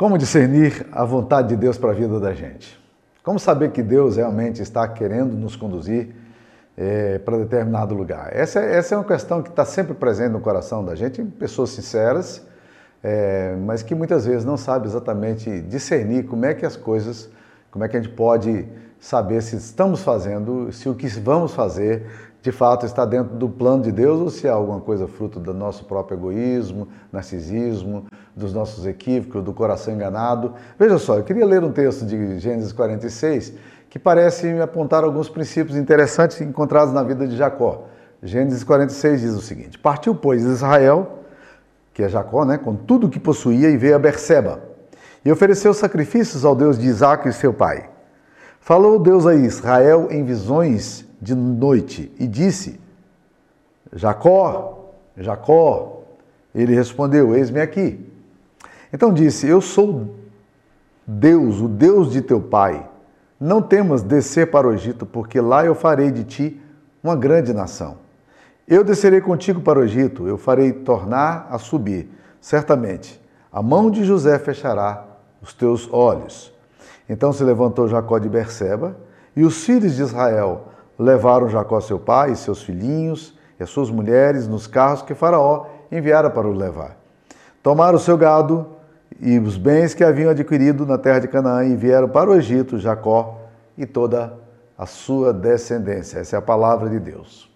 Como discernir a vontade de Deus para a vida da gente? Como saber que Deus realmente está querendo nos conduzir para determinado lugar? Essa é uma questão que está sempre presente no coração da gente, pessoas sinceras, mas que muitas vezes não sabem exatamente discernir como é que as coisas, como é que a gente pode saber se estamos fazendo, se o que vamos fazer de fato está dentro do plano de Deus ou se é alguma coisa fruto do nosso próprio egoísmo, narcisismo, dos nossos equívocos, do coração enganado. Veja só, eu queria ler um texto de Gênesis 46 que parece me apontar alguns princípios interessantes encontrados na vida de Jacó. Gênesis 46 diz o seguinte: Partiu, pois, Israel, que é Jacó, com tudo o que possuía, e veio a Berseba, e ofereceu sacrifícios ao Deus de Isaque, seu pai. Falou Deus a Israel em visões de noite e disse: Jacó, Jacó. Ele respondeu: Eis-me aqui. Então disse: Eu sou Deus, o Deus de teu pai. Não temas descer para o Egito, porque lá eu farei de ti uma grande nação. Eu descerei contigo para o Egito, eu farei tornar a subir. Certamente, a mão de José fechará os teus olhos. Então se levantou Jacó de Berseba, e os filhos de Israel levaram Jacó seu pai e seus filhinhos e as suas mulheres nos carros que Faraó enviara para o levar. Tomaram o seu gado e os bens que haviam adquirido na terra de Canaã e vieram para o Egito, Jacó e toda a sua descendência. Essa é a palavra de Deus.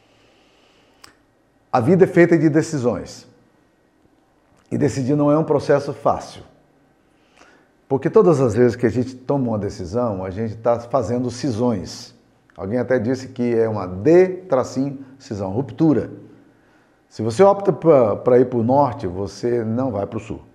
A vida é feita de decisões. E decidir não é um processo fácil. Porque todas as vezes que a gente toma uma decisão, a gente está fazendo cisões. Alguém até disse que é uma cisão, ruptura. Se você opta para ir para o norte, você não vai para o sul.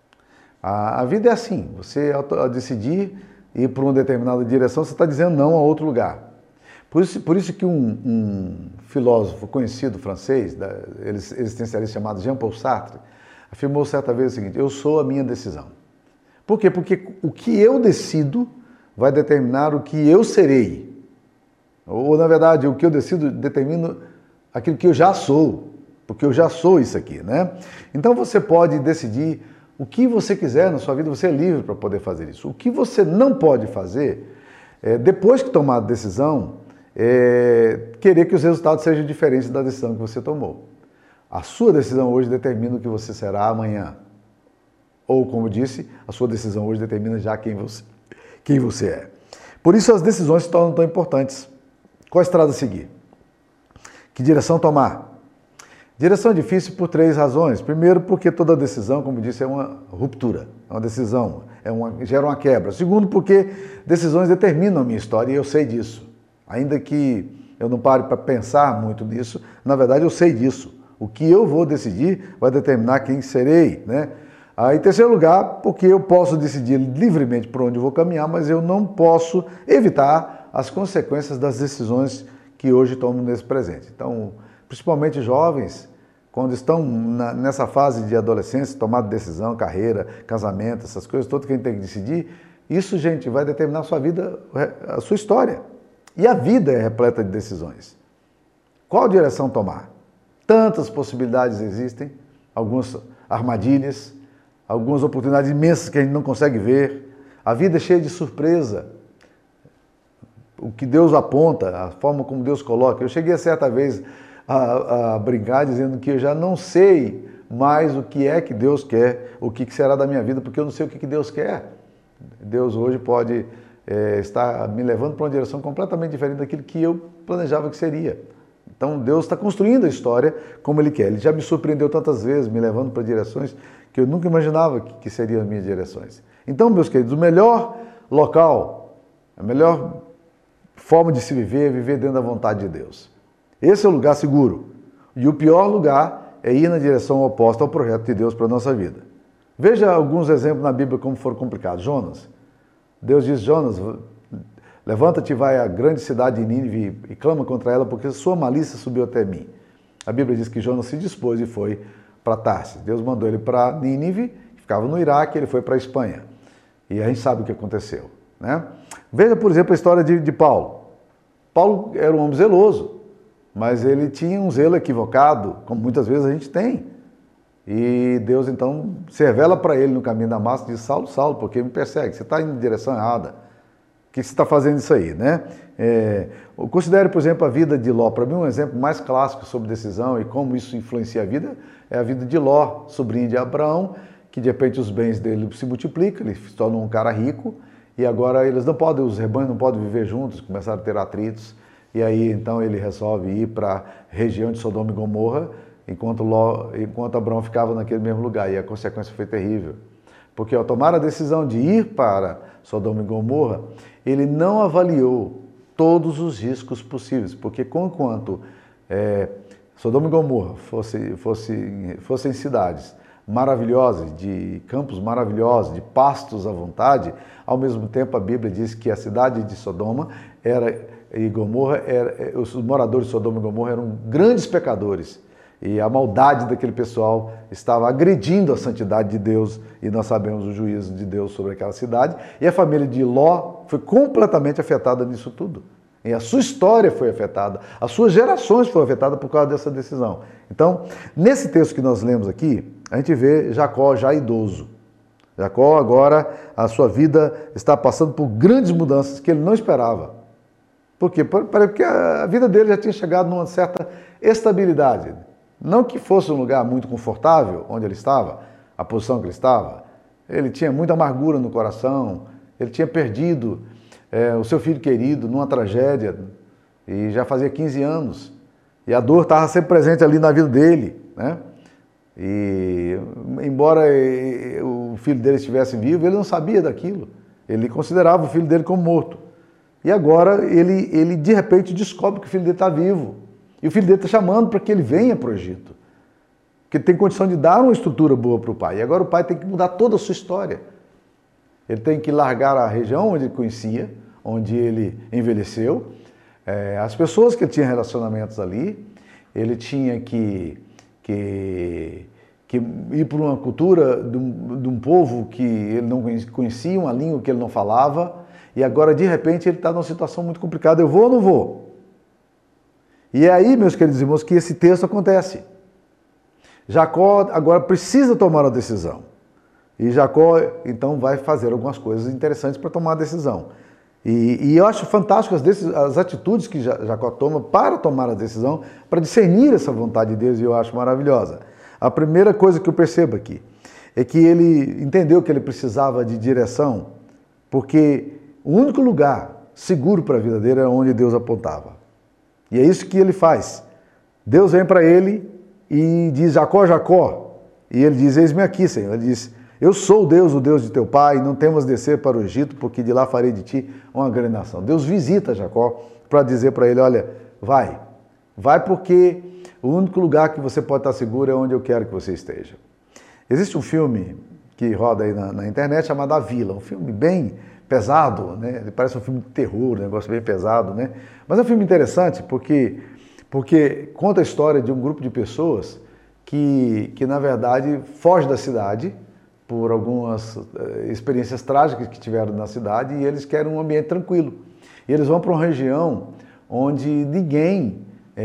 A vida é assim, você ao decidir ir para uma determinada direção, você está dizendo não a outro lugar. Por isso que um filósofo conhecido francês, existencialista chamado Jean-Paul Sartre, afirmou certa vez o seguinte: eu sou a minha decisão. Por quê? Porque o que eu decido vai determinar o que eu serei. Ou, na verdade, o que eu decido determina aquilo que eu já sou, porque eu já sou isso aqui, Então você pode decidir o que você quiser na sua vida, você é livre para poder fazer isso. O que você não pode fazer, depois que tomar a decisão, querer que os resultados sejam diferentes da decisão que você tomou. A sua decisão hoje determina o que você será amanhã. Ou, como disse, a sua decisão hoje determina já quem você é. Por isso as decisões se tornam tão importantes. Qual estrada seguir? Que direção tomar? Direção é difícil por 3 razões. Primeiro, porque toda decisão, como disse, é uma ruptura, é uma decisão, gera uma quebra. Segundo, porque decisões determinam a minha história e eu sei disso. Ainda que eu não pare para pensar muito nisso, na verdade eu sei disso. O que eu vou decidir vai determinar quem serei, Em terceiro lugar, porque eu posso decidir livremente por onde eu vou caminhar, mas eu não posso evitar as consequências das decisões que hoje tomo nesse presente. Então, principalmente jovens, quando estão nessa fase de adolescência, tomar decisão, carreira, casamento, essas coisas todas que a gente tem que decidir, isso, gente, vai determinar a sua vida, a sua história. E a vida é repleta de decisões. Qual direção tomar? Tantas possibilidades existem, algumas armadilhas, algumas oportunidades imensas que a gente não consegue ver. A vida é cheia de surpresa. O que Deus aponta, a forma como Deus coloca. Eu cheguei certa vez a brincar dizendo que eu já não sei mais o que é que Deus quer, o que será da minha vida, porque eu não sei o que Deus quer. Deus hoje pode estar me levando para uma direção completamente diferente daquilo que eu planejava que seria. Então Deus está construindo a história como Ele quer. Ele já me surpreendeu tantas vezes, me levando para direções que eu nunca imaginava que seriam as minhas direções. Então, meus queridos, o melhor local, a melhor forma de se viver é viver dentro da vontade de Deus. Esse é o lugar seguro. E o pior lugar é ir na direção oposta ao projeto de Deus para a nossa vida. Veja alguns exemplos na Bíblia como foram complicados. Jonas. Deus diz: Jonas, levanta-te e vai à grande cidade de Nínive e clama contra ela, porque sua malícia subiu até mim. A Bíblia diz que Jonas se dispôs e foi para Tarsis. Deus mandou ele para Nínive, que ficava no Iraque, ele foi para a Espanha. E a gente sabe o que aconteceu. Veja, por exemplo, a história de Paulo. Paulo era um homem zeloso, mas ele tinha um zelo equivocado, como muitas vezes a gente tem. E Deus então se revela para ele no caminho da massa e diz: Saulo, Saulo, por que me persegue? Você está indo em direção errada. Por que você está fazendo isso aí, né? Considere, por exemplo, a vida de Ló. Para mim, um exemplo mais clássico sobre decisão e como isso influencia a vida é a vida de Ló, sobrinho de Abraão, que de repente os bens dele se multiplicam, ele se torna um cara rico e agora eles não podem, os rebanhos não podem viver juntos, começaram a ter atritos. E aí então ele resolve ir para a região de Sodoma e Gomorra, enquanto Abraão ficava naquele mesmo lugar. E a consequência foi terrível. Porque ao tomar a decisão de ir para Sodoma e Gomorra, ele não avaliou todos os riscos possíveis. Porque enquanto Sodoma e Gomorra fossem cidades maravilhosas, de campos maravilhosos, de pastos à vontade, ao mesmo tempo a Bíblia diz que a cidade de Sodoma e Gomorra, os moradores de Sodoma e Gomorra eram grandes pecadores. E a maldade daquele pessoal estava agredindo a santidade de Deus, e nós sabemos o juízo de Deus sobre aquela cidade. E a família de Ló foi completamente afetada nisso tudo. E a sua história foi afetada, as suas gerações foram afetadas por causa dessa decisão. Então, nesse texto que nós lemos aqui, a gente vê Jacó já idoso. Jacó agora, a sua vida está passando por grandes mudanças que ele não esperava. Por quê? Porque a vida dele já tinha chegado numa certa estabilidade. Não que fosse um lugar muito confortável onde ele estava, a posição que ele estava. Ele tinha muita amargura no coração, ele tinha perdido o seu filho querido numa tragédia e já fazia 15 anos. E a dor estava sempre presente ali na vida dele, né? E embora o filho dele estivesse vivo, ele não sabia daquilo. Ele considerava o filho dele como morto. E agora ele de repente descobre que o filho dele está vivo. E o filho dele está chamando para que ele venha para o Egito. Porque ele tem condição de dar uma estrutura boa para o pai. E agora o pai tem que mudar toda a sua história. Ele tem que largar a região onde ele conhecia, onde ele envelheceu, as pessoas que ele tinha relacionamentos ali. Ele tinha que ir para uma cultura de um povo que ele não conhecia, uma língua que ele não falava. E agora, de repente, ele está numa situação muito complicada. Eu vou ou não vou? E é aí, meus queridos irmãos, que esse texto acontece. Jacó agora precisa tomar uma decisão. E Jacó, então, vai fazer algumas coisas interessantes para tomar a decisão. E eu acho fantástico as atitudes que Jacó toma para tomar a decisão, para discernir essa vontade de Deus, e eu acho maravilhosa. A primeira coisa que eu percebo aqui é que ele entendeu que ele precisava de direção, porque o único lugar seguro para a vida dele era onde Deus apontava. E é isso que ele faz. Deus vem para ele e diz: Jacó, Jacó. E ele diz: eis-me aqui, Senhor. Ele diz: eu sou o Deus de teu pai, não temas descer para o Egito, porque de lá farei de ti uma grande nação. Deus visita Jacó para dizer para ele: olha, vai porque o único lugar que você pode estar seguro é onde eu quero que você esteja. Existe um filme que roda aí na internet chamado A Vila, um filme bem pesado, né? Ele parece um filme de terror, um negócio bem pesado, né? Mas é um filme interessante porque conta a história de um grupo de pessoas que na verdade foge da cidade por algumas experiências trágicas que tiveram na cidade, e eles querem um ambiente tranquilo. E eles vão para uma região onde ninguém,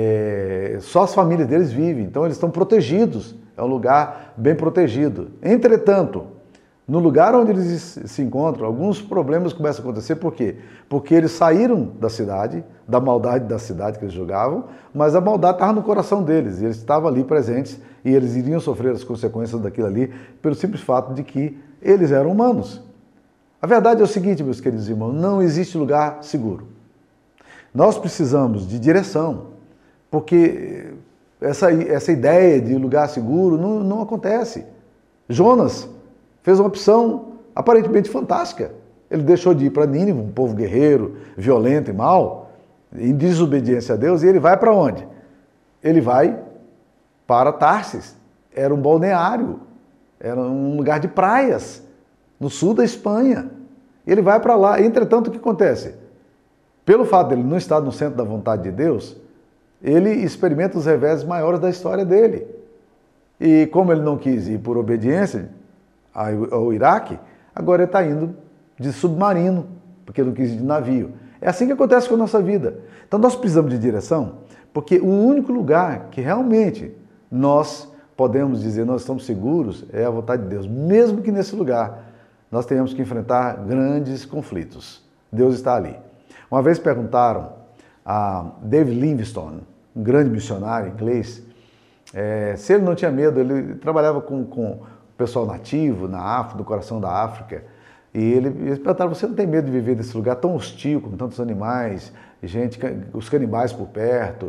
só as famílias deles vivem, então eles estão protegidos, é um lugar bem protegido. Entretanto, no lugar onde eles se encontram, alguns problemas começam a acontecer. Por quê? Porque eles saíram da cidade, da maldade da cidade que eles jogavam, mas a maldade estava no coração deles, e eles estavam ali presentes, e eles iriam sofrer as consequências daquilo ali, pelo simples fato de que eles eram humanos. A verdade é o seguinte, meus queridos irmãos, não existe lugar seguro. Nós precisamos de direção, porque essa ideia de lugar seguro não acontece. Jonas fez uma opção aparentemente fantástica. Ele deixou de ir para Nínive, um povo guerreiro, violento e mau, em desobediência a Deus, e ele vai para onde? Ele vai para Tarsis. Era um balneário, era um lugar de praias, no sul da Espanha. Ele vai para lá. Entretanto, o que acontece? Pelo fato dele não estar no centro da vontade de Deus, ele experimenta os reveses maiores da história dele. E como ele não quis ir por obediência ao Iraque, agora ele está indo de submarino, porque não quis ir de navio. É assim que acontece com a nossa vida. Então nós precisamos de direção, porque o único lugar que realmente nós podemos dizer nós estamos seguros é a vontade de Deus, mesmo que nesse lugar nós tenhamos que enfrentar grandes conflitos. Deus está ali. Uma vez perguntaram a David Livingstone, um grande missionário inglês, se ele não tinha medo. Ele trabalhava com o pessoal nativo na África, do coração da África, e eles perguntaram: você não tem medo de viver nesse lugar tão hostil, com tantos animais, gente, os canibais por perto,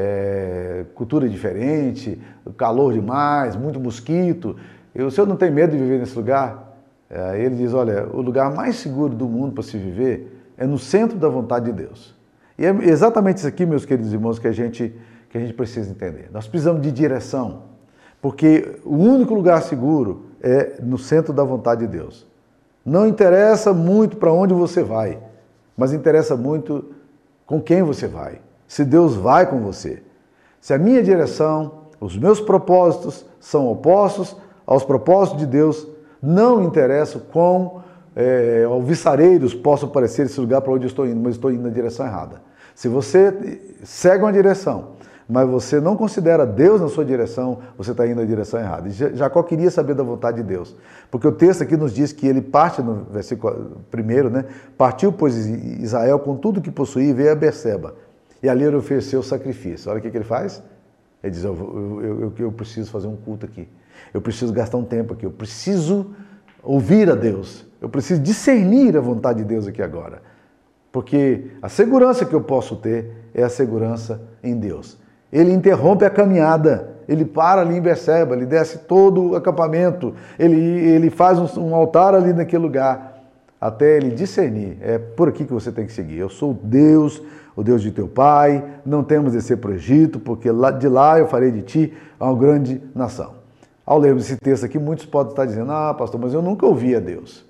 cultura diferente, calor demais, muito mosquito, o senhor não tem medo de viver nesse lugar? Ele diz: olha, o lugar mais seguro do mundo para se viver é no centro da vontade de Deus. E é exatamente isso aqui, meus queridos irmãos, que a gente precisa entender. Nós precisamos de direção, porque o único lugar seguro é no centro da vontade de Deus. Não interessa muito para onde você vai, mas interessa muito com quem você vai. Se Deus vai com você. Se a minha direção, os meus propósitos são opostos aos propósitos de Deus, não interessa quão alvissareiros possam parecer esse lugar para onde eu estou indo, mas estou indo na direção errada. Se você segue uma direção, mas você não considera Deus na sua direção, você está indo na direção errada. E Jacó queria saber da vontade de Deus, porque o texto aqui nos diz que ele parte, no versículo 1, né? Partiu, pois, Israel com tudo que possuía e veio a Berseba, e ali ele ofereceu o sacrifício. Olha o que ele faz. Ele diz: eu preciso fazer um culto aqui, eu preciso gastar um tempo aqui, eu preciso ouvir a Deus, eu preciso discernir a vontade de Deus aqui agora, porque a segurança que eu posso ter é a segurança em Deus. Ele interrompe a caminhada, ele para ali em Berseba, ele desce todo o acampamento, ele faz um altar ali naquele lugar, até ele discernir: é por aqui que você tem que seguir. Eu sou Deus, o Deus de teu pai, não temos de descer para o Egito, porque de lá eu farei de ti uma grande nação. Ao lermos esse texto aqui, muitos podem estar dizendo: ah, pastor, mas eu nunca ouvi a Deus.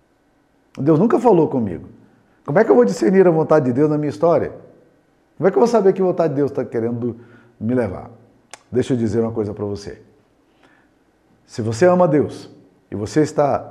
Deus nunca falou comigo. Como é que eu vou discernir a vontade de Deus na minha história? Como é que eu vou saber que vontade de Deus está querendo me levar? Deixa eu dizer uma coisa para você. Se você ama a Deus e você está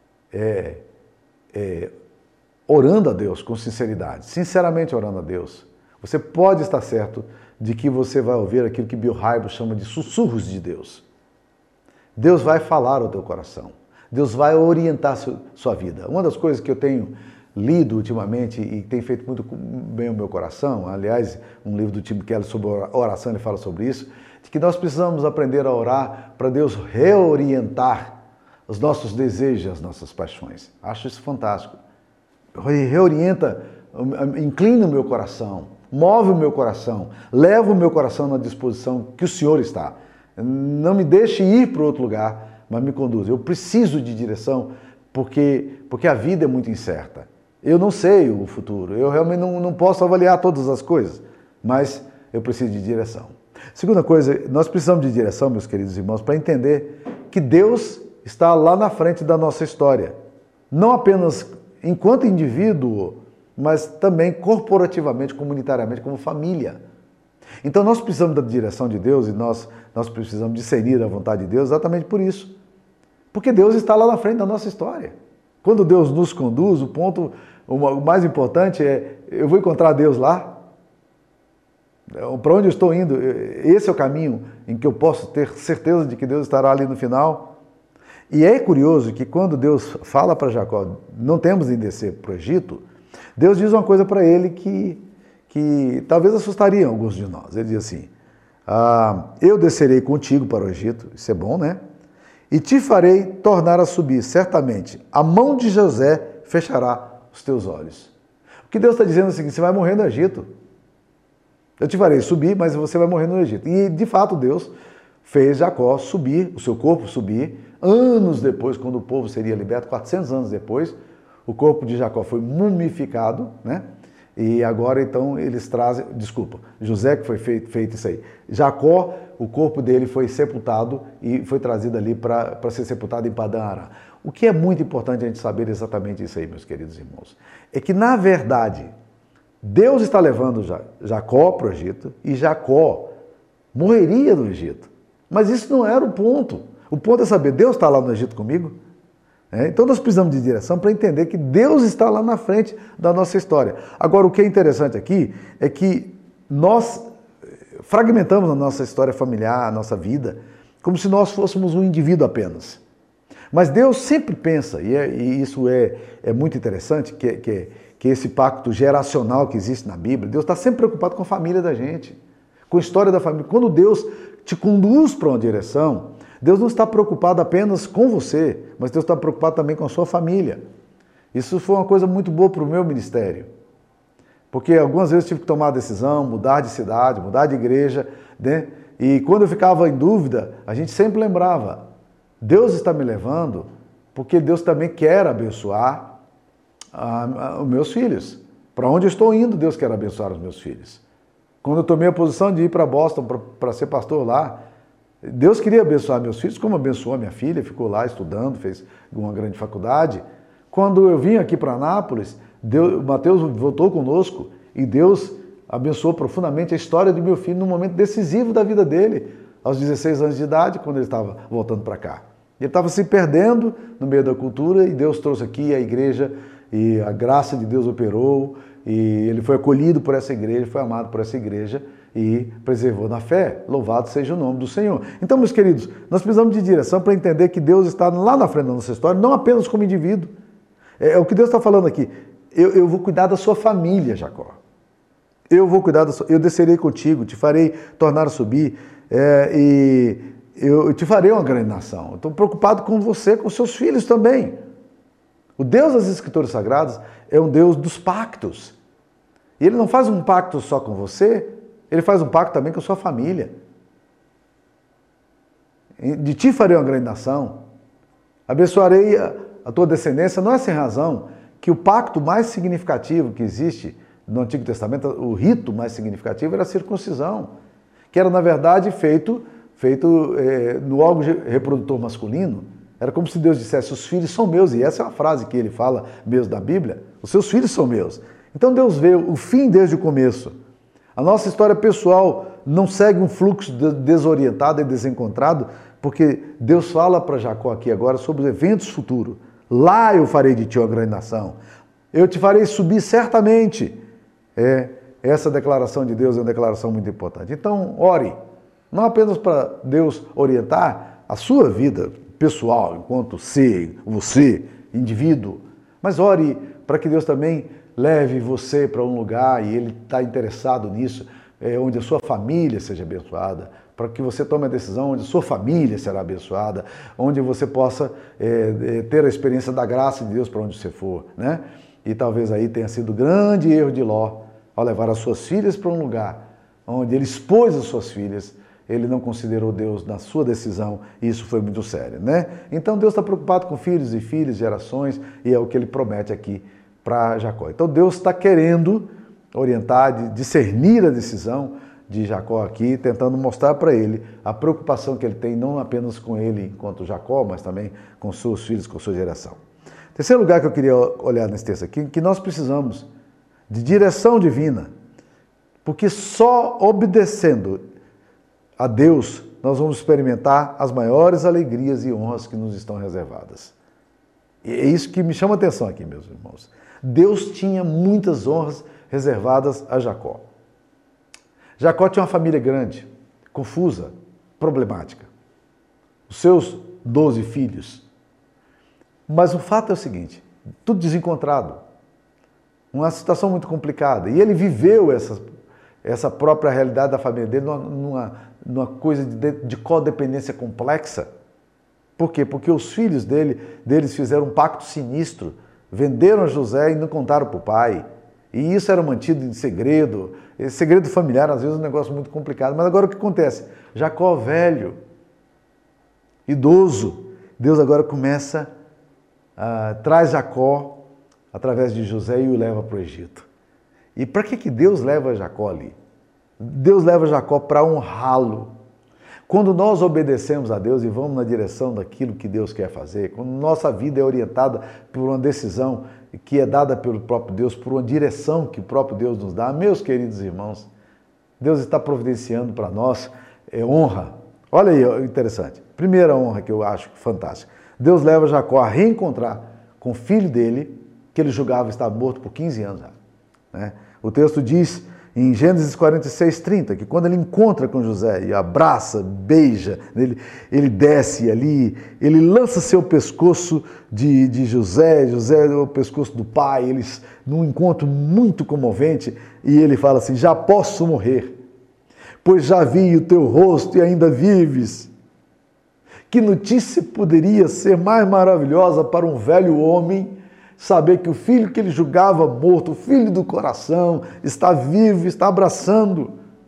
orando a Deus com sinceridade, sinceramente orando a Deus, você pode estar certo de que você vai ouvir aquilo que Bill Hybels chama de sussurros de Deus. Deus vai falar ao teu coração. Deus vai orientar sua vida. Uma das coisas que eu tenho lido ultimamente e tem feito muito bem ao meu coração, aliás, um livro do Tim Keller sobre oração, ele fala sobre isso, de que nós precisamos aprender a orar para Deus reorientar os nossos desejos, as nossas paixões. Acho isso fantástico. Reorienta, inclina o meu coração, move o meu coração, leva o meu coração na disposição que o Senhor está. Não me deixe ir para outro lugar, mas me conduza. Eu preciso de direção, porque a vida é muito incerta. Eu não sei o futuro, eu realmente não posso avaliar todas as coisas, mas eu preciso de direção. Segunda coisa, nós precisamos de direção, meus queridos irmãos, para entender que Deus está lá na frente da nossa história. Não apenas enquanto indivíduo, mas também corporativamente, comunitariamente, como família. Então nós precisamos da direção de Deus e nós precisamos discernir a vontade de Deus exatamente por isso. Porque Deus está lá na frente da nossa história. Quando Deus nos conduz, o mais importante é: eu vou encontrar Deus lá? Para onde eu estou indo? Esse é o caminho em que eu posso ter certeza de que Deus estará ali no final? E é curioso que quando Deus fala para Jacó: não temos de descer para o Egito, Deus diz uma coisa para ele que talvez assustaria alguns de nós. Ele diz assim: eu descerei contigo para o Egito, isso é bom, né? E te farei tornar a subir, certamente. A mão de José fechará os teus olhos. O que Deus está dizendo é o seguinte: você vai morrer no Egito. Eu te farei subir, mas você vai morrer no Egito. E, de fato, Deus fez Jacó subir, o seu corpo subir. Anos depois, quando o povo seria liberto, 400 anos depois, o corpo de Jacó foi mumificado, né? E agora, então, eles trazem... Desculpa, José que foi feito isso aí. Jacó, o corpo dele foi sepultado e foi trazido ali para ser sepultado em Padã Arã. O que é muito importante a gente saber exatamente isso aí, meus queridos irmãos, é que, na verdade, Deus está levando Jacó para o Egito e Jacó morreria no Egito. Mas isso não era o ponto. O ponto é saber: Deus está lá no Egito comigo? Então nós precisamos de direção para entender que Deus está lá na frente da nossa história. Agora, o que é interessante aqui é que nós fragmentamos a nossa história familiar, a nossa vida, como se nós fôssemos um indivíduo apenas. Mas Deus sempre pensa, e isso é muito interessante, que esse pacto geracional que existe na Bíblia, Deus está sempre preocupado com a família da gente, com a história da família. Quando Deus te conduz para uma direção, Deus não está preocupado apenas com você, mas Deus está preocupado também com a sua família. Isso foi uma coisa muito boa para o meu ministério, porque algumas vezes eu tive que tomar a decisão, mudar de cidade, mudar de igreja, né? E quando eu ficava em dúvida, a gente sempre lembrava, Deus está me levando porque Deus também quer abençoar os meus filhos. Para onde eu estou indo, Deus quer abençoar os meus filhos. Quando eu tomei a posição de ir para Boston para ser pastor lá, Deus queria abençoar meus filhos, como abençoou a minha filha, ficou lá estudando, fez uma grande faculdade. Quando eu vim aqui para Anápolis, Mateus voltou conosco e Deus abençoou profundamente a história do meu filho num momento decisivo da vida dele, aos 16 anos de idade, quando ele estava voltando para cá. Ele estava se perdendo no meio da cultura e Deus trouxe aqui a igreja e a graça de Deus operou e ele foi acolhido por essa igreja, foi amado por essa igreja e preservou na fé. Louvado seja o nome do Senhor. Então, meus queridos, nós precisamos de direção para entender que Deus está lá na frente da nossa história, não apenas como indivíduo. É o que Deus está falando aqui. Eu vou cuidar da sua família, Jacó. Eu descerei contigo, te farei tornar a subir, e eu te farei uma grande nação. Estou preocupado com você, com seus filhos também. O Deus das Escrituras Sagradas é um Deus dos pactos. E Ele não faz um pacto só com você, Ele faz um pacto também com a sua família. De ti farei uma grande nação. Abençoarei a tua descendência. Não é sem razão que o pacto mais significativo que existe no Antigo Testamento, o rito mais significativo era a circuncisão, que era, na verdade, feito no órgão reprodutor masculino. Era como se Deus dissesse, os filhos são meus, e essa é uma frase que ele fala mesmo da Bíblia, os seus filhos são meus. Então Deus vê o fim desde o começo. A nossa história pessoal não segue um fluxo desorientado e desencontrado, porque Deus fala para Jacó aqui agora sobre os eventos futuros. Lá eu farei de ti uma grande nação. Eu te farei subir certamente. Essa declaração de Deus é uma declaração muito importante. Então, ore, não apenas para Deus orientar a sua vida pessoal, enquanto você, indivíduo, mas ore para que Deus também leve você para um lugar, e Ele está interessado nisso, onde a sua família seja abençoada, para que você tome a decisão onde a sua família será abençoada, onde você possa ter a experiência da graça de Deus para onde você for, né? E talvez aí tenha sido o grande erro de Ló, ao levar as suas filhas para um lugar onde ele expôs as suas filhas, ele não considerou Deus na sua decisão, e isso foi muito sério, né? Então Deus está preocupado com filhos e filhas, gerações, e é o que ele promete aqui para Jacó. Então Deus está querendo orientar, discernir a decisão de Jacó aqui, tentando mostrar para ele a preocupação que ele tem, não apenas com ele enquanto Jacó, mas também com seus filhos, com sua geração. Terceiro lugar que eu queria olhar nesse texto aqui, que nós precisamos de direção divina, porque só obedecendo a Deus nós vamos experimentar as maiores alegrias e honras que nos estão reservadas. E é isso que me chama a atenção aqui, meus irmãos. Deus tinha muitas honras reservadas a Jacó. Jacó tinha uma família grande, confusa, problemática. Os seus 12 filhos. Mas o fato é o seguinte, tudo desencontrado. Uma situação muito complicada. E ele viveu essa própria realidade da família dele numa coisa de codependência complexa. Por quê? Porque os filhos deles fizeram um pacto sinistro, venderam a José e não contaram para o pai. E isso era mantido em segredo. Esse segredo familiar, às vezes, é um negócio muito complicado. Mas agora o que acontece? Jacó, velho, idoso, Deus agora começa, traz Jacó através de José e o leva para o Egito. E para que Deus leva Jacó ali? Deus leva Jacó para honrá-lo. Quando nós obedecemos a Deus e vamos na direção daquilo que Deus quer fazer, quando nossa vida é orientada por uma decisão que é dada pelo próprio Deus, por uma direção que o próprio Deus nos dá, meus queridos irmãos, Deus está providenciando para nós honra. Olha aí, interessante. Primeira honra que eu acho fantástica. Deus leva Jacó a reencontrar com o filho dele, que ele julgava estar morto por 15 anos já, né? O texto diz em Gênesis 46, 30, que quando ele encontra com José e abraça, beija, ele desce ali, ele lança seu pescoço de José é o pescoço do pai, eles num encontro muito comovente, e ele fala assim: já posso morrer, pois já vi o teu rosto e ainda vives. Que notícia poderia ser mais maravilhosa para um velho homem saber que o filho que ele julgava morto, o filho do coração, está vivo, está abraçando.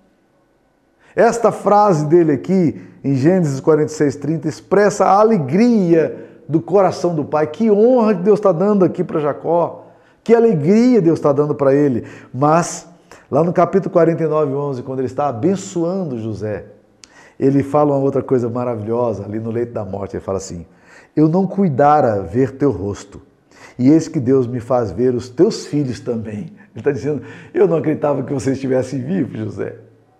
Esta frase dele aqui, em Gênesis 46, 30, expressa a alegria do coração do pai. Que honra que Deus está dando aqui para Jacó. Que alegria Deus está dando para ele. Mas, lá no capítulo 49, 11, quando ele está abençoando José, ele fala uma outra coisa maravilhosa, ali no leito da morte. Ele fala assim: eu não cuidara ver teu rosto, e eis que Deus me faz ver os teus filhos também. Ele está dizendo: eu não acreditava que você estivesse vivo, José.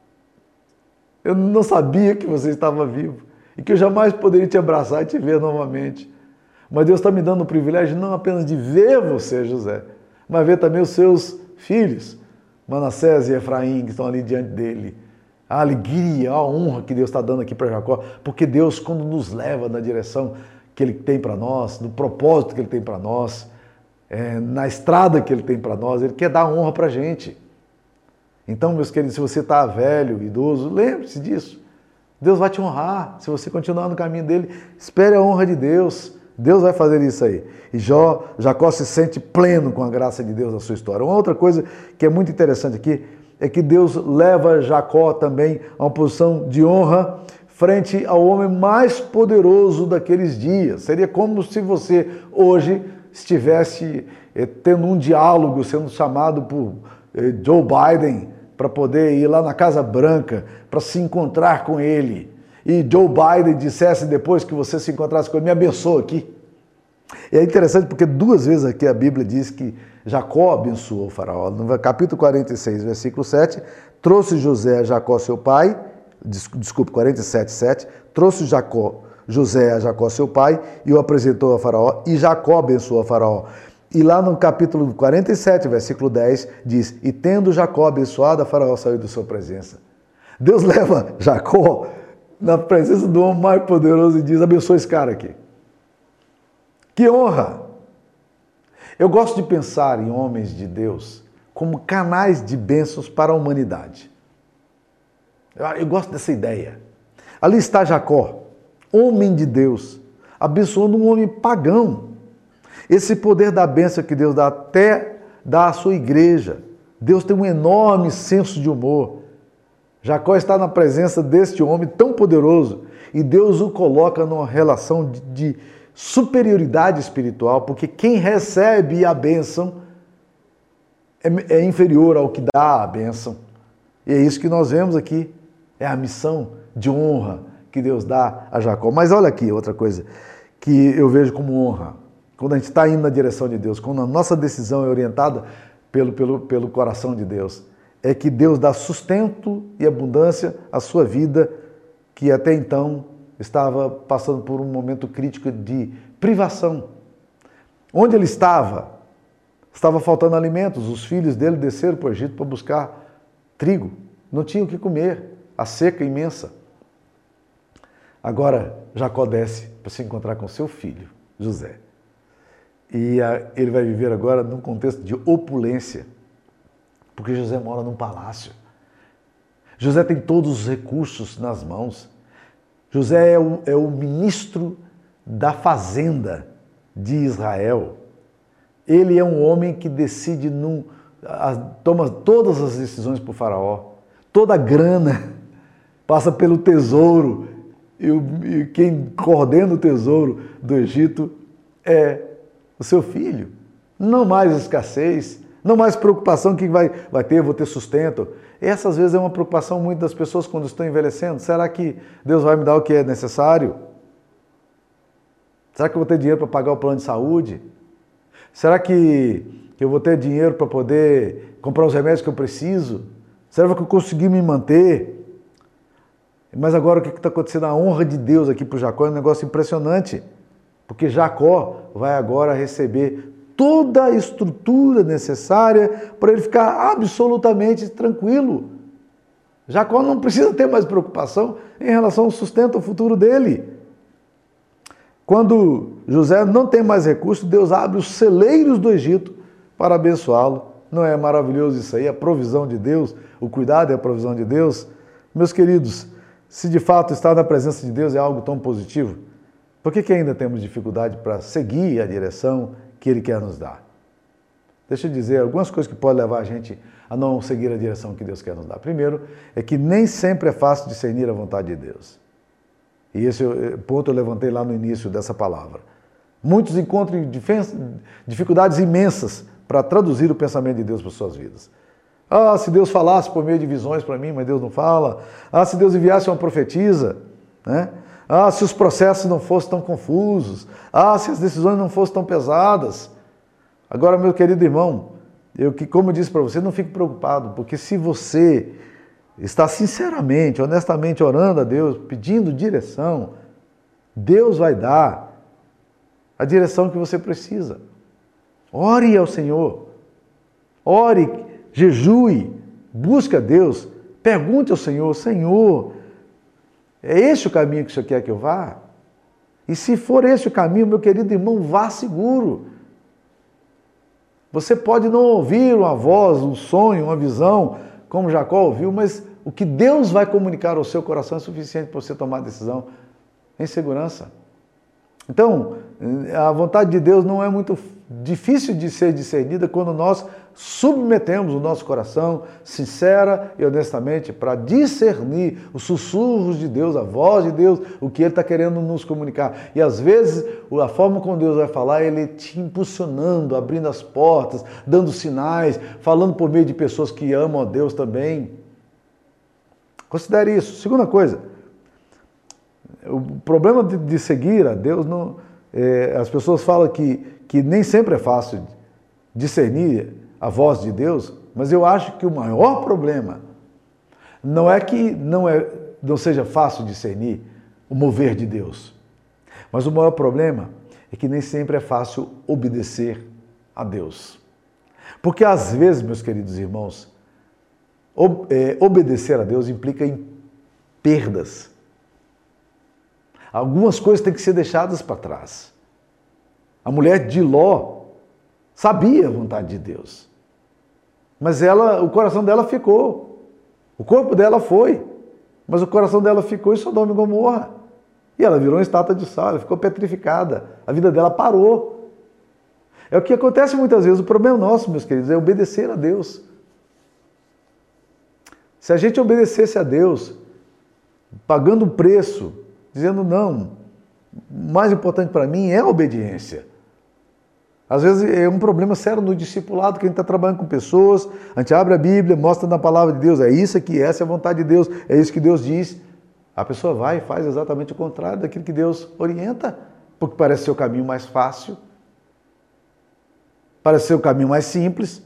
Eu não sabia que você estava vivo e que eu jamais poderia te abraçar e te ver novamente. Mas Deus está me dando o privilégio não apenas de ver você, José, mas ver também os seus filhos, Manassés e Efraim, que estão ali diante dele. A alegria, a honra que Deus está dando aqui para Jacó, porque Deus, quando nos leva na direção que Ele tem para nós, no propósito que Ele tem para nós, na estrada que Ele tem para nós, Ele quer dar honra para a gente. Então, meus queridos, se você está velho, idoso, lembre-se disso. Deus vai te honrar. Se você continuar no caminho dele, espere a honra de Deus. Deus vai fazer isso aí. E Jacó se sente pleno com a graça de Deus na sua história. Uma outra coisa que é muito interessante aqui é que Deus leva Jacó também a uma posição de honra frente ao homem mais poderoso daqueles dias. Seria como se você hoje estivesse tendo um diálogo, sendo chamado por Joe Biden para poder ir lá na Casa Branca para se encontrar com ele. E Joe Biden dissesse depois que você se encontrasse com ele: me abençoa aqui. E é interessante porque 2 vezes aqui a Bíblia diz que Jacó abençoou o faraó. No capítulo 46, versículo 7, trouxe José a Jacó seu pai, 47, 7, trouxe José a Jacó seu pai e o apresentou a faraó, e Jacó abençoou a faraó. E lá no capítulo 47, versículo 10, diz: e tendo Jacó abençoado a faraó, saiu da sua presença. Deus leva Jacó na presença do homem mais poderoso e diz: abençoa esse cara aqui. Que honra! Eu gosto de pensar em homens de Deus como canais de bênçãos para a humanidade. Eu gosto dessa ideia. Ali está Jacó, homem de Deus, abençoando um homem pagão. Esse poder da bênção que Deus dá até dá à sua igreja. Deus tem um enorme senso de humor. Jacó está na presença deste homem tão poderoso e Deus o coloca numa relação de superioridade espiritual, porque quem recebe a bênção é inferior ao que dá a bênção. E é isso que nós vemos aqui. É a missão de honra que Deus dá a Jacó. Mas olha aqui outra coisa que eu vejo como honra. Quando a gente está indo na direção de Deus, quando a nossa decisão é orientada pelo coração de Deus, é que Deus dá sustento e abundância à sua vida, que até então estava passando por um momento crítico de privação. Onde ele estava faltando alimentos. Os filhos dele desceram para o Egito para buscar trigo. Não tinham o que comer, a seca imensa. Agora, Jacó desce para se encontrar com seu filho, José. E ele vai viver agora num contexto de opulência, porque José mora num palácio. José tem todos os recursos nas mãos. José é o ministro da fazenda de Israel. Ele é um homem que decide, toma todas as decisões para o faraó. Toda a grana passa pelo tesouro. E quem coordena o tesouro do Egito é o seu filho. Não mais escassez, não mais preocupação que vai ter, vou ter sustento. Essa, às vezes, é uma preocupação muito das pessoas quando estão envelhecendo. Será que Deus vai me dar o que é necessário? Será que eu vou ter dinheiro para pagar o plano de saúde? Será que eu vou ter dinheiro para poder comprar os remédios que eu preciso? Será que eu consegui me manter? Mas agora o que está acontecendo? A honra de Deus aqui para o Jacó é um negócio impressionante. Porque Jacó vai agora receber toda a estrutura necessária para ele ficar absolutamente tranquilo. Jacó não precisa ter mais preocupação em relação ao sustento futuro dele. Quando José não tem mais recursos, Deus abre os celeiros do Egito para abençoá-lo. Não é maravilhoso isso aí? A provisão de Deus, o cuidado e a provisão de Deus. Meus queridos, se de fato estar na presença de Deus é algo tão positivo, por que ainda temos dificuldade para seguir a direção que Ele quer nos dar? Deixa eu dizer algumas coisas que podem levar a gente a não seguir a direção que Deus quer nos dar. Primeiro, é que nem sempre é fácil discernir a vontade de Deus. E esse ponto eu levantei lá no início dessa palavra. Muitos encontram dificuldades imensas para traduzir o pensamento de Deus para suas vidas. Ah, se Deus falasse por meio de visões para mim, mas Deus não fala. Ah, se Deus enviasse uma profetisa, né? Ah, se os processos não fossem tão confusos. Ah, se as decisões não fossem tão pesadas. Agora, meu querido irmão, como eu disse para você, não fique preocupado, porque se você está sinceramente, honestamente orando a Deus, pedindo direção, Deus vai dar a direção que você precisa. Ore ao Senhor, ore, jejue, busque a Deus, pergunte ao Senhor, Senhor, é esse o caminho que o Senhor quer que eu vá? E se for esse o caminho, meu querido irmão, vá seguro. Você pode não ouvir uma voz, um sonho, uma visão, como Jacó ouviu, mas o que Deus vai comunicar ao seu coração é suficiente para você tomar a decisão em segurança. Então, a vontade de Deus não é muito difícil de ser discernida quando nós submetemos o nosso coração, sincera e honestamente, para discernir os sussurros de Deus, a voz de Deus, o que Ele está querendo nos comunicar. E às vezes, a forma como Deus vai falar, Ele te impulsionando, abrindo as portas, dando sinais, falando por meio de pessoas que amam a Deus também. Considere isso. Segunda coisa, o problema de seguir a Deus, as pessoas falam que nem sempre é fácil discernir a voz de Deus, mas eu acho que o maior problema não é que não seja fácil discernir o mover de Deus, mas o maior problema é que nem sempre é fácil obedecer a Deus. Porque às vezes, meus queridos irmãos, obedecer a Deus implica em perdas. Algumas coisas têm que ser deixadas para trás. A mulher de Ló sabia a vontade de Deus, mas o coração dela ficou. O corpo dela foi, mas o coração dela ficou em Sodoma e Gomorra. E ela virou uma estátua de sal, ela ficou petrificada. A vida dela parou. É o que acontece muitas vezes. O problema nosso, meus queridos, é obedecer a Deus. Se a gente obedecesse a Deus, pagando um preço, dizendo não, o mais importante para mim é a obediência. Às vezes é um problema sério no discipulado, que a gente está trabalhando com pessoas, a gente abre a Bíblia, mostra na palavra de Deus, é isso aqui, essa é a vontade de Deus, é isso que Deus diz. A pessoa vai e faz exatamente o contrário daquilo que Deus orienta, porque parece ser o caminho mais fácil, parece ser o caminho mais simples.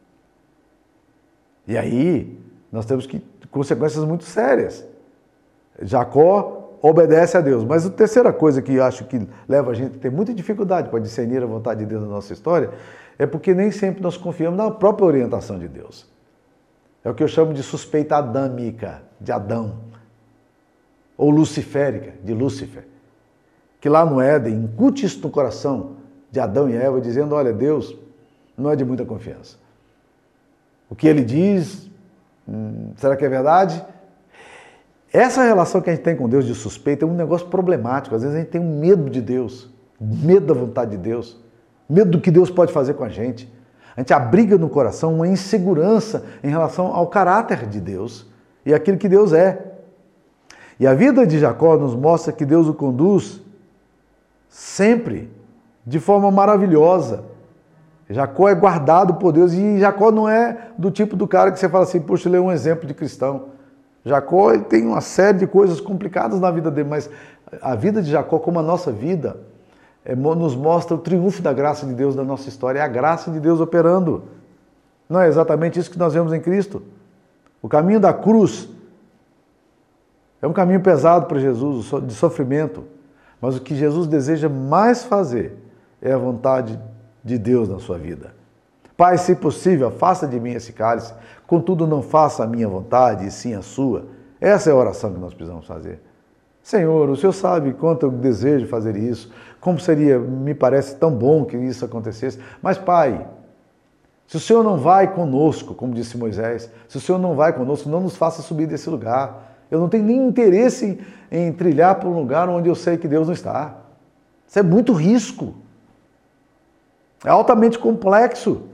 E aí nós temos consequências muito sérias. Jacó obedece a Deus. Mas a terceira coisa que eu acho que leva a gente a ter muita dificuldade para discernir a vontade de Deus na nossa história é porque nem sempre nós confiamos na própria orientação de Deus. É o que eu chamo de suspeita adâmica, de Adão, ou luciférica, de Lúcifer, que lá no Éden incute isso no coração de Adão e Eva, dizendo, olha, Deus não é de muita confiança. O que Ele diz, será que é verdade? Essa relação que a gente tem com Deus de suspeita é um negócio problemático. Às vezes a gente tem um medo de Deus, medo da vontade de Deus, medo do que Deus pode fazer com a gente. A gente abriga no coração uma insegurança em relação ao caráter de Deus e aquilo que Deus é. E a vida de Jacó nos mostra que Deus o conduz sempre de forma maravilhosa. Jacó é guardado por Deus e Jacó não é do tipo do cara que você fala assim, poxa, ele é um exemplo de cristão. Jacó ele tem uma série de coisas complicadas na vida dele, mas a vida de Jacó, como a nossa vida, nos mostra o triunfo da graça de Deus na nossa história, é a graça de Deus operando. Não é exatamente isso que nós vemos em Cristo? O caminho da cruz é um caminho pesado para Jesus, de sofrimento, mas o que Jesus deseja mais fazer é a vontade de Deus na sua vida. Pai, se possível, afasta de mim esse cálice, contudo não faça a minha vontade, e sim a sua. Essa é a oração que nós precisamos fazer. Senhor, o Senhor sabe quanto eu desejo fazer isso, como seria, me parece tão bom que isso acontecesse. Mas, Pai, se o Senhor não vai conosco, como disse Moisés, se o Senhor não vai conosco, não nos faça subir desse lugar. Eu não tenho nem interesse em trilhar para um lugar onde eu sei que Deus não está. Isso é muito risco. É altamente complexo.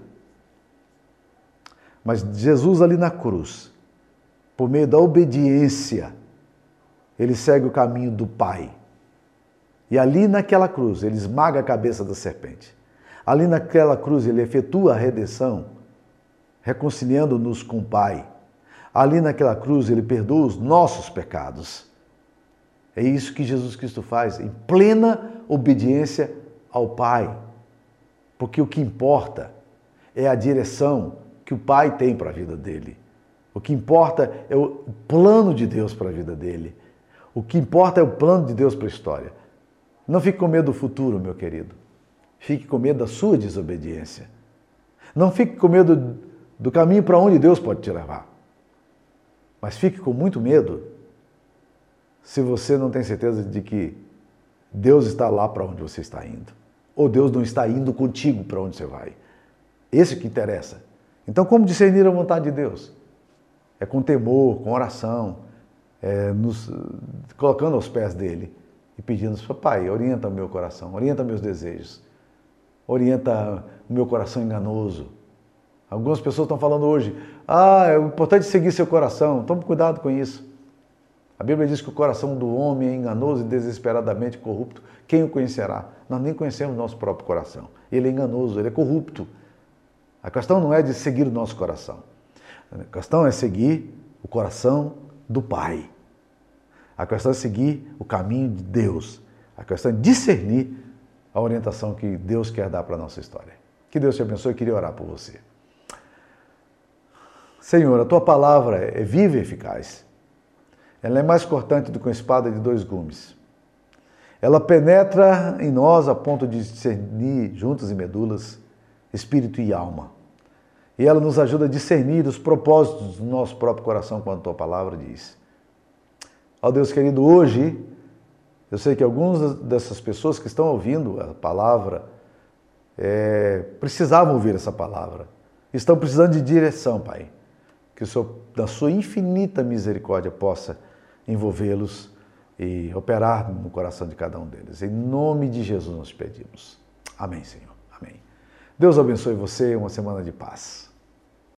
Mas Jesus ali na cruz, por meio da obediência, ele segue o caminho do Pai. E ali naquela cruz, ele esmaga a cabeça da serpente. Ali naquela cruz, ele efetua a redenção, reconciliando-nos com o Pai. Ali naquela cruz, ele perdoa os nossos pecados. É isso que Jesus Cristo faz, em plena obediência ao Pai. Porque o que importa é a direção que o Pai tem para a vida dele. O que importa é o plano de Deus para a vida dele. O que importa é o plano de Deus para a história. Não fique com medo do futuro, meu querido. Fique com medo da sua desobediência. Não fique com medo do caminho para onde Deus pode te levar. Mas fique com muito medo se você não tem certeza de que Deus está lá para onde você está indo. Ou Deus não está indo contigo para onde você vai. Esse que interessa. Então, como discernir a vontade de Deus? É com temor, com oração, nos colocando aos pés dele e pedindo: Pai, orienta o meu coração, orienta meus desejos, orienta o meu coração enganoso. Algumas pessoas estão falando hoje: é importante seguir seu coração. Tome cuidado com isso. A Bíblia diz que o coração do homem é enganoso e desesperadamente corrupto. Quem o conhecerá? Nós nem conhecemos o nosso próprio coração. Ele é enganoso, ele é corrupto. A questão não é de seguir o nosso coração. A questão é seguir o coração do Pai. A questão é seguir o caminho de Deus. A questão é discernir a orientação que Deus quer dar para a nossa história. Que Deus te abençoe. Eu queria orar por você. Senhor, a Tua palavra é viva e eficaz. Ela é mais cortante do que uma espada de 2 gumes. Ela penetra em nós a ponto de discernir juntas e medulas, espírito e alma. E ela nos ajuda a discernir os propósitos do nosso próprio coração, quando a Tua palavra diz. Ó Deus querido, hoje, eu sei que algumas dessas pessoas que estão ouvindo a palavra, precisavam ouvir essa palavra. Estão precisando de direção, Pai. Que o Senhor, da sua infinita misericórdia, possa envolvê-los e operar no coração de cada um deles. Em nome de Jesus nós pedimos. Amém, Senhor. Amém. Deus abençoe você, uma semana de paz.